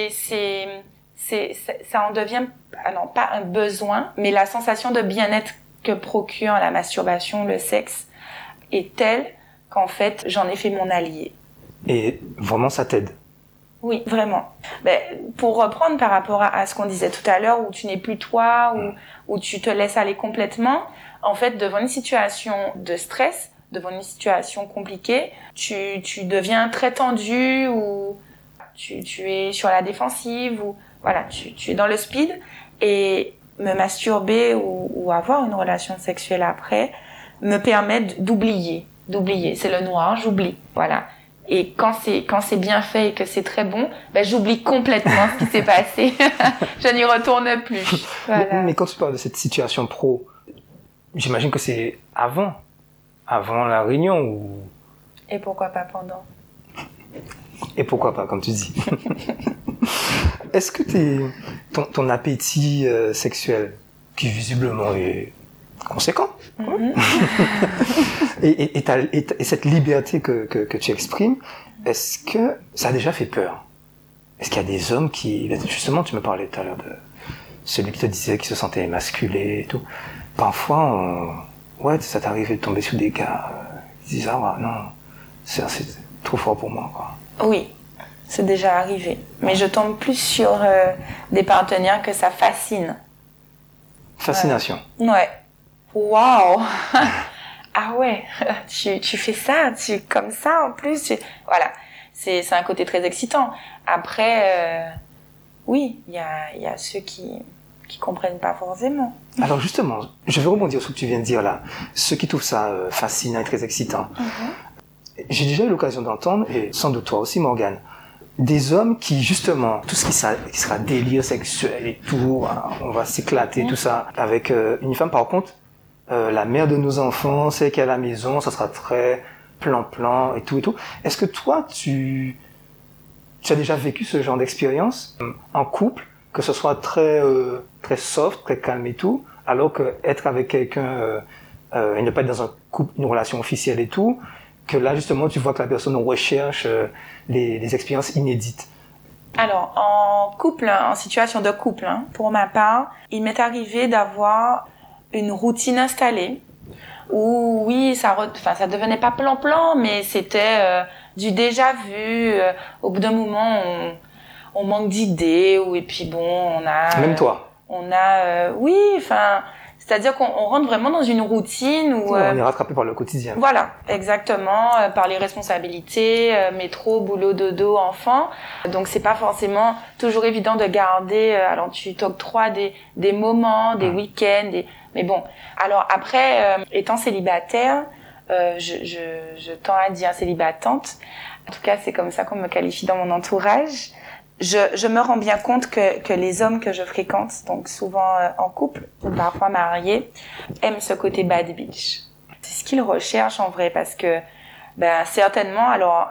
ça en devient, alors pas un besoin, mais la sensation de bien-être que procure la masturbation, le sexe, est telle qu'en fait, j'en ai fait mon allié. Et vraiment, ça t'aide? Oui, vraiment. Pour reprendre par rapport à ce qu'on disait tout à l'heure, où tu n'es plus toi, où tu te laisses aller complètement, en fait, devant une situation de stress, devant une situation compliquée, tu deviens très tendu, ou tu es sur la défensive, ou voilà, tu es dans le speed. Et me masturber ou avoir une relation sexuelle après me permet d'oublier. C'est le noir, j'oublie. Voilà. Et quand c'est bien fait et que c'est très bon, j'oublie complètement ce qui s'est passé. Je n'y retourne plus. Voilà. Mais quand tu parles de cette situation pro, j'imagine que c'est avant la réunion ou... Et pourquoi pas pendant? Et pourquoi pas, comme tu dis. Est-ce que ton appétit sexuel, qui visiblement est conséquent, et cette liberté que tu exprimes, est-ce que ça a déjà fait peur? Est-ce qu'il y a des hommes qui... Justement, tu me parlais tout à l'heure de celui qui te disait qu'il se sentait émasculé et tout. Parfois, ça t'est arrivé de tomber sur des gars qui disent « Ah ouais, non, c'est trop fort pour moi, quoi. » Oui, c'est déjà arrivé. Mais je tombe plus sur des partenaires que ça fascine. Fascination. Ouais. Waouh. Ah ouais, tu fais ça, comme ça en plus. Voilà, c'est un côté très excitant. Après, oui, il y a ceux qui comprennent pas forcément. Alors justement, je vais rebondir sur ce que tu viens de dire là. Ceux qui trouvent ça fascinant et très excitant. J'ai déjà eu l'occasion d'entendre, et sans doute toi aussi Morgane, des hommes qui justement, tout ce qui sera délire sexuel et tout, on va s'éclater, tout ça, avec une femme. Par contre, la mère de nos enfants, celle qui est à la maison, ça sera très plan et tout et tout. Est-ce que toi, tu as déjà vécu ce genre d'expérience en couple, que ce soit très soft, très calme et tout, alors que être avec quelqu'un et ne pas être dans un couple, une relation officielle et tout, que là justement tu vois que la personne recherche les expériences inédites? Alors en couple, en situation de couple, pour ma part, il m'est arrivé d'avoir une routine installée où oui, ça devenait pas plan, mais c'était du déjà vu. Au bout d'un moment, on manque d'idées, et puis bon, on a... Même toi? Oui, enfin... C'est-à-dire qu'on rentre vraiment dans une routine où... on est rattrapé par le quotidien. Voilà, exactement, par les responsabilités, métro, boulot, dodo, enfant. Donc c'est pas forcément toujours évident de garder... alors tu t'octroies des moments, des week-ends, mais bon. Alors après, étant célibataire, je tends à dire célibatante. En tout cas, c'est comme ça qu'on me qualifie dans mon entourage. Je me rends bien compte que les hommes que je fréquente, donc souvent en couple ou parfois mariés, aiment ce côté bad bitch. C'est ce qu'ils recherchent en vrai, parce que certainement, alors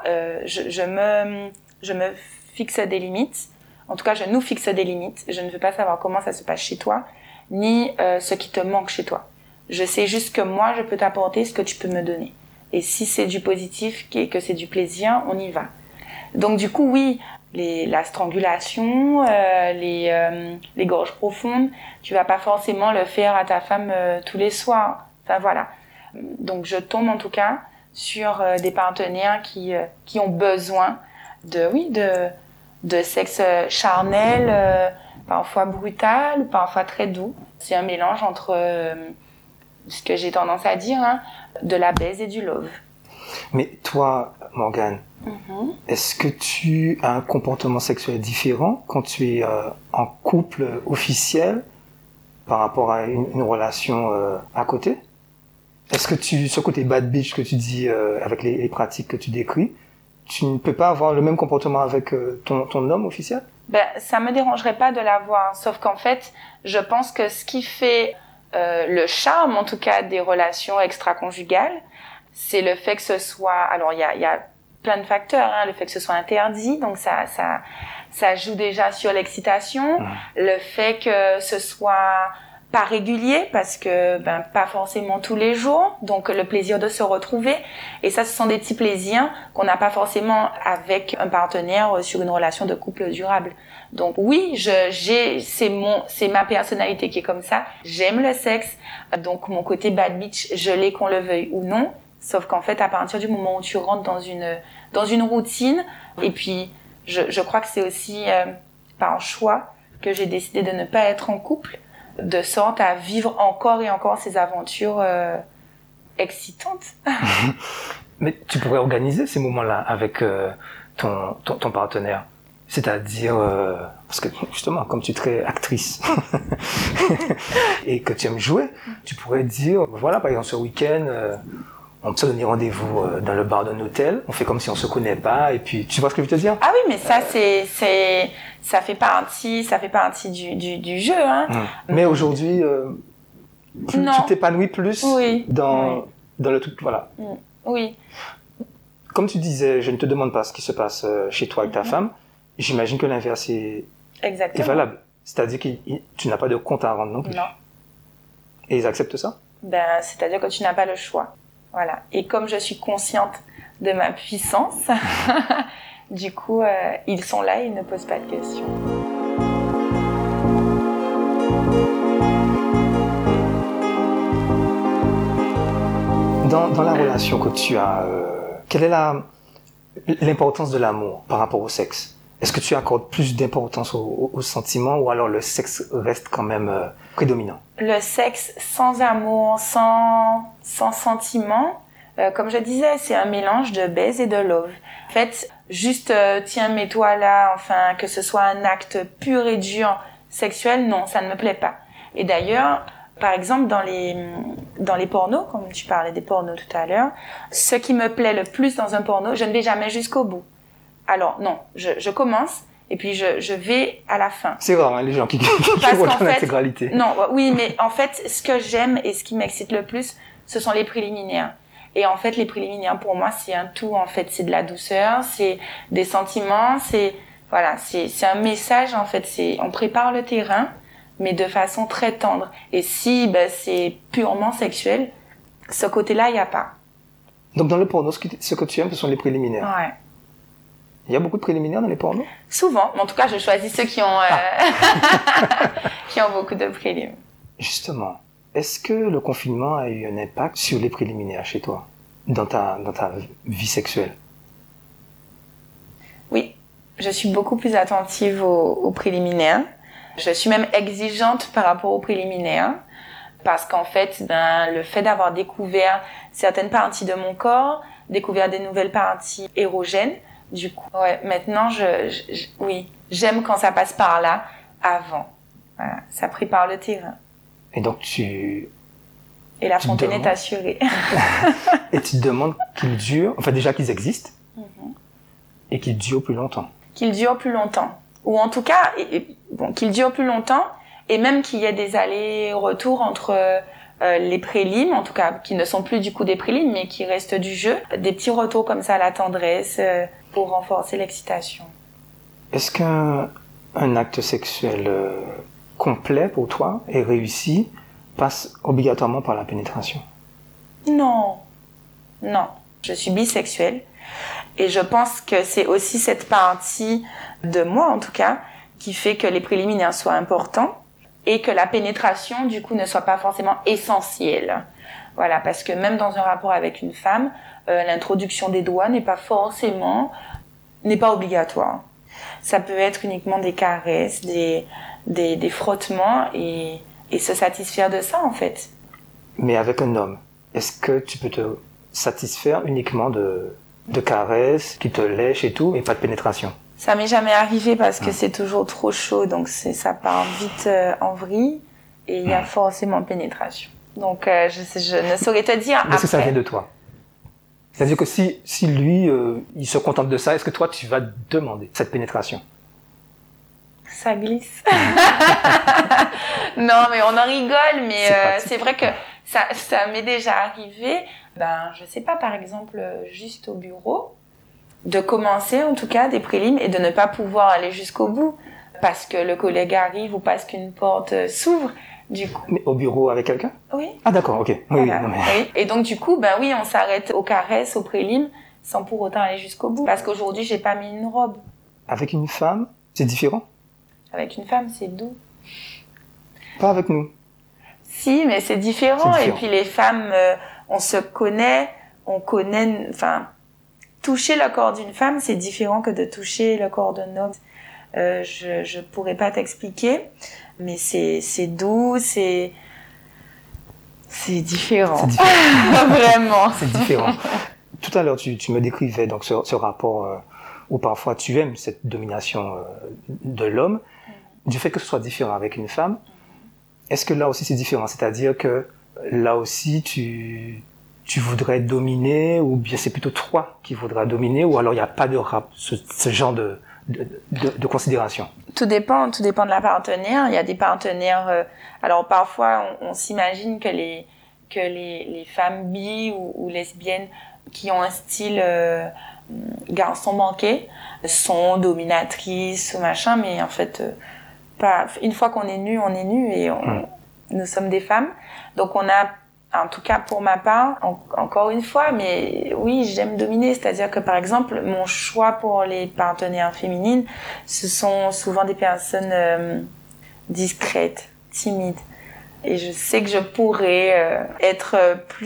je me fixe des limites. En tout cas, je nous fixe des limites. Je ne veux pas savoir comment ça se passe chez toi, ni ce qui te manque chez toi. Je sais juste que moi, je peux t'apporter ce que tu peux me donner. Et si c'est du positif et que c'est du plaisir, on y va. Donc du coup, oui, la strangulation, les gorges profondes, tu vas pas forcément le faire à ta femme tous les soirs. Enfin voilà. Donc je tombe en tout cas sur des partenaires qui ont besoin de sexe charnel, parfois brutal, parfois très doux. C'est un mélange entre ce que j'ai tendance à dire, de la baise et du love. Mais toi, Morgane, est-ce que tu as un comportement sexuel différent quand tu es en couple officiel par rapport à une relation à côté? Est-ce que ce côté bad bitch que tu dis avec les pratiques que tu décris, tu ne peux pas avoir le même comportement avec ton homme officiel? Ça me dérangerait pas de l'avoir, sauf qu'en fait, je pense que ce qui fait le charme, en tout cas, des relations extra-conjugales, c'est le fait que ce soit... Alors, il y a plein de facteurs, hein, le fait que ce soit interdit, donc ça joue déjà sur l'excitation, le fait que ce soit pas régulier, parce que pas forcément tous les jours, donc le plaisir de se retrouver, et ça, ce sont des petits plaisirs qu'on n'a pas forcément avec un partenaire sur une relation de couple durable. Donc oui, c'est ma personnalité qui est comme ça, j'aime le sexe, donc mon côté bad bitch, je l'ai qu'on le veuille ou non, sauf qu'en fait, à partir du moment où tu rentres dans une routine, et puis je crois que c'est aussi par choix que j'ai décidé de ne pas être en couple, de sorte à vivre encore et encore ces aventures excitantes. Mais tu pourrais organiser ces moments-là avec ton partenaire. C'est-à-dire, parce que justement, comme tu es très actrice et que tu aimes jouer, tu pourrais dire, voilà, par exemple, ce week-end, on se donne rendez-vous dans le bar d'un hôtel, on fait comme si on se connaît pas, et puis, tu vois ce que je veux te dire? Ah oui, mais ça, ça fait partie du jeu, hein. Mais aujourd'hui, tu t'épanouis plus dans le truc, voilà. Oui. Comme tu disais, je ne te demande pas ce qui se passe chez toi avec ta femme. J'imagine que l'inverse est valable. C'est-à-dire que tu n'as pas de compte à rendre non plus. Non. Et ils acceptent ça? C'est-à-dire que tu n'as pas le choix. Voilà. Et comme je suis consciente de ma puissance, du coup, ils sont là et ils ne posent pas de questions. Dans la relation que tu as, quelle est l'importance de l'amour par rapport au sexe? Est-ce que tu accordes plus d'importance au sentiment, ou alors le sexe reste quand même prédominant? Le sexe sans amour, sans sentiment, comme je disais, c'est un mélange de baise et de love. En fait, juste tiens, mets-toi là, enfin, que ce soit un acte pur et dur sexuel, non, ça ne me plaît pas. Et d'ailleurs, par exemple, dans les pornos, comme tu parlais des pornos tout à l'heure, ce qui me plaît le plus dans un porno, je ne vais jamais jusqu'au bout. Alors non, je commence et puis je vais à la fin. C'est rare, hein, les gens qui regardent l'intégralité. Non, oui, mais en fait, ce que j'aime et ce qui m'excite le plus, ce sont les préliminaires. Et en fait, les préliminaires pour moi, c'est un tout. En fait, c'est de la douceur, c'est des sentiments, c'est un message. En fait, on prépare le terrain, mais de façon très tendre. Et si c'est purement sexuel, ce côté-là, il y a pas. Donc dans le porno, ce que tu aimes, ce sont les préliminaires. Ouais. Il y a beaucoup de préliminaires dans les pornos? Souvent, mais en tout cas, je choisis ceux qui ont qui ont beaucoup de préliminaires. Justement, est-ce que le confinement a eu un impact sur les préliminaires chez toi, dans ta vie sexuelle? Oui, je suis beaucoup plus attentive aux préliminaires. Je suis même exigeante par rapport aux préliminaires, parce qu'en fait, le fait d'avoir découvert certaines parties de mon corps, découvert des nouvelles parties érogènes, du coup, maintenant, oui, j'aime quand ça passe par là, avant. Voilà, ça prépare le terrain. Et donc Et la fontaine est assurée. Et tu te demandes qu'ils durent, enfin déjà qu'ils existent, et qu'ils durent plus longtemps. Qu'ils durent plus longtemps. Ou en tout cas, qu'ils durent plus longtemps, et même qu'il y ait des allers-retours entre les prélims, en tout cas, qui ne sont plus du coup des prélims, mais qui restent du jeu. Des petits retours comme ça à la tendresse, pour renforcer l'excitation. Est-ce qu'un acte sexuel complet pour toi et réussi passe obligatoirement par la pénétration? Non. Je suis bisexuelle. Et je pense que c'est aussi cette partie de moi, en tout cas, qui fait que les préliminaires soient importants et que la pénétration, du coup, ne soit pas forcément essentielle. Voilà, parce que même dans un rapport avec une femme, l'introduction des doigts n'est pas obligatoire. Ça peut être uniquement des caresses, des frottements et se satisfaire de ça, en fait. Mais avec un homme, est-ce que tu peux te satisfaire uniquement de caresses, qui te lèchent et tout, et pas de pénétration? Ça m'est jamais arrivé parce que c'est toujours trop chaud, donc ça part vite en vrille et il y a forcément pénétration. Donc je ne saurais te dire. Est-ce que ça vient de toi? C'est-à-dire que si lui, il se contente de ça, est-ce que toi, tu vas demander cette pénétration? Ça glisse. Non, mais on en rigole, mais c'est vrai que ça m'est déjà arrivé. Je sais pas, par exemple, juste au bureau, de commencer en tout cas des prélims et de ne pas pouvoir aller jusqu'au bout parce que le collègue arrive ou parce qu'une porte s'ouvre. Du coup. Mais au bureau avec quelqu'un? Oui. Ah d'accord, ok. Oui, voilà. non, mais... Oui. Et donc du coup, oui, on s'arrête aux caresses, aux prélims, sans pour autant aller jusqu'au bout. Parce qu'aujourd'hui, j'ai pas mis une robe. Avec une femme, c'est différent? Avec une femme, c'est doux. Pas avec nous. Si, mais c'est différent. Et puis les femmes, on se connaît, on connaît, enfin, toucher le corps d'une femme, c'est différent que de toucher le corps d'un homme. Je pourrais pas t'expliquer, mais c'est doux, c'est différent. C'est différent. Vraiment. C'est différent. Tout à l'heure, tu me décrivais donc ce rapport où parfois tu aimes cette domination de l'homme, du fait que ce soit différent avec une femme. Est-ce que là aussi c'est différent? C'est-à-dire que là aussi tu voudrais dominer, ou bien c'est plutôt toi qui voudras dominer, ou alors il n'y a pas de ce genre de considération? Tout dépend de la partenaire. Il y a des partenaires. Alors parfois, on s'imagine que les femmes bi ou lesbiennes qui ont un style garçon manqué sont dominatrices ou machin, mais en fait, pas. Une fois qu'on est nu, on est nu et nous sommes des femmes. Donc on a, en tout cas pour ma part, encore une fois, mais oui, j'aime dominer. C'est-à-dire que par exemple, mon choix pour les partenaires féminines, ce sont souvent des personnes discrètes, timides. Et je sais que je pourrais être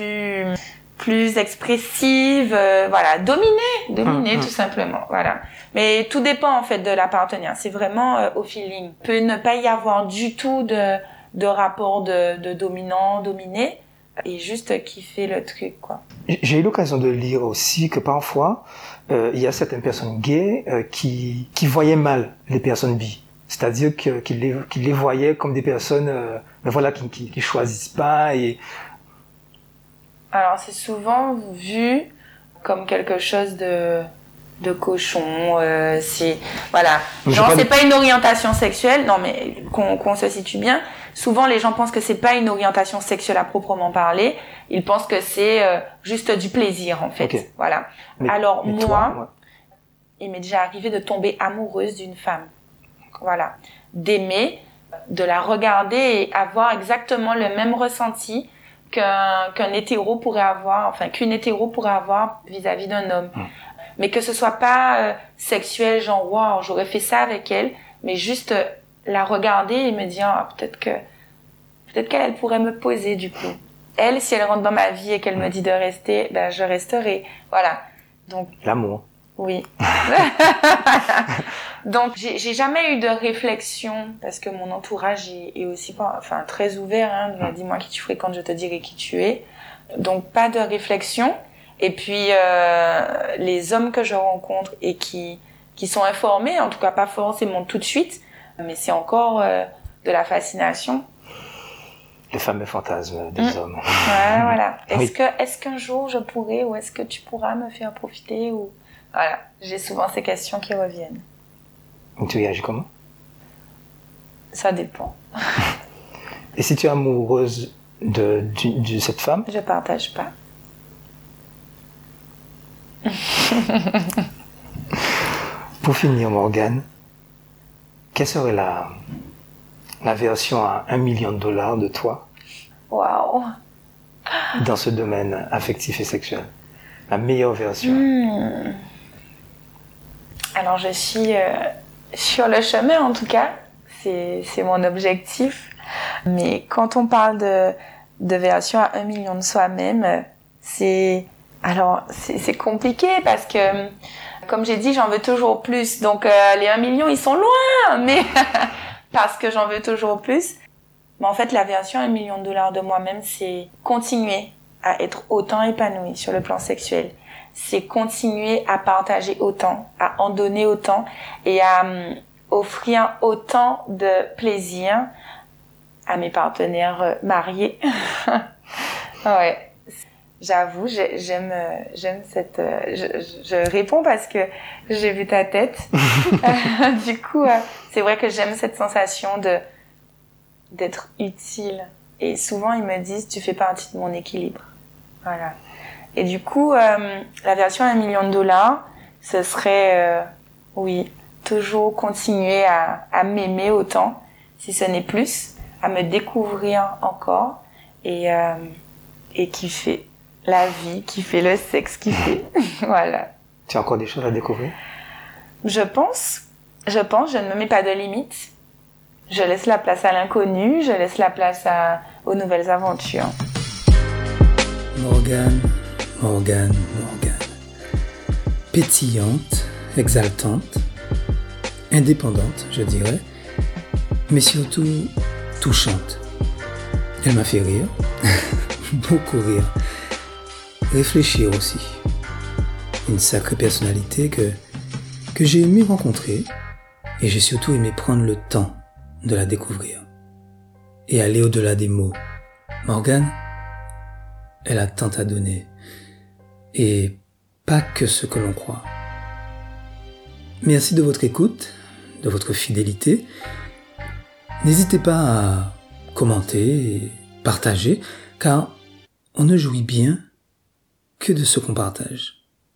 plus expressive, voilà, dominer tout simplement, voilà. Mais tout dépend en fait de la partenaire. C'est vraiment au feeling. Il peut ne pas y avoir du tout de rapport de dominant-dominé. Et juste kiffer le truc, quoi. J'ai eu l'occasion de lire aussi que parfois, il y a certaines personnes gays qui voyaient mal les personnes bi. C'est-à-dire qu'ils les voyaient comme des personnes voilà, qui choisissent pas. Et... Alors, c'est souvent vu comme quelque chose de cochon. Voilà. Genre, c'est pas une orientation sexuelle. Non, mais qu'on se situe bien. Souvent, les gens pensent que c'est pas une orientation sexuelle à proprement parler. Ils pensent que c'est juste du plaisir, en fait. Okay. Voilà. Alors, moi, toi, il m'est déjà arrivé de tomber amoureuse d'une femme. Voilà. D'aimer, de la regarder et avoir exactement le même ressenti qu'un hétéro pourrait avoir, enfin, qu'une hétéro pourrait avoir vis-à-vis d'un homme. Mais que ce soit pas sexuel, genre, wow, j'aurais fait ça avec elle, mais juste la regarder et me dire, ah, peut-être qu'elle pourrait me poser, du coup. Elle, si elle rentre dans ma vie et qu'elle me dit de rester, ben, je resterai. Voilà. Donc. L'amour. Oui. Donc, j'ai jamais eu de réflexion, parce que mon entourage est aussi pas, enfin, très ouvert, hein. Dis-moi qui tu fréquentes, je te dirai qui tu es. Donc, pas de réflexion. Et puis, les hommes que je rencontre et qui sont informés, en tout cas pas forcément tout de suite, mais c'est encore de la fascination. Les fameux fantasmes des hommes. Ouais, voilà. Est-ce qu'un jour je pourrais, ou est-ce que tu pourras me faire profiter, ou... Voilà. J'ai souvent ces questions qui reviennent. Tu réagis comment? Ça dépend. Et si tu es amoureuse de cette femme? Je partage pas. Pour finir, Morgane, quelle serait la version à $1 million de toi? Waouh. Dans ce domaine affectif et sexuel? La meilleure version. Alors, je suis sur le chemin, en tout cas. C'est mon objectif. Mais quand on parle de version à $1 million de soi-même, c'est compliqué parce que, comme j'ai dit, j'en veux toujours plus. Donc, les 1 million, ils sont loin, mais parce que j'en veux toujours plus. Mais en fait, la version à $1 million de moi-même, c'est continuer à être autant épanouie sur le plan sexuel. C'est continuer à partager autant, à en donner autant et à offrir autant de plaisir à mes partenaires mariés. Ouais. J'avoue, j'aime cette. Je réponds parce que j'ai vu ta tête. Du coup, c'est vrai que j'aime cette sensation d'être utile. Et souvent, ils me disent, tu fais partie de mon équilibre. Voilà. Et du coup, la version $1 million, ce serait, oui, toujours continuer à m'aimer autant, si ce n'est plus, à me découvrir encore et kiffer la vie, kiffer le sexe, kiffer. Voilà. Tu as encore des choses à découvrir? Je pense, je ne me mets pas de limites. Je laisse la place à l'inconnu, je laisse la place aux nouvelles aventures. Morgane. Pétillante, exaltante, indépendante, je dirais, mais surtout touchante. Elle m'a fait rire, beaucoup rire, réfléchir aussi. Une sacrée personnalité que j'ai aimé rencontrer et j'ai surtout aimé prendre le temps de la découvrir et aller au-delà des mots. Morgane, elle a tant à donner et pas que ce que l'on croit. Merci de votre écoute, de votre fidélité. N'hésitez pas à commenter et partager, car on ne jouit bien que de ce qu'on partage.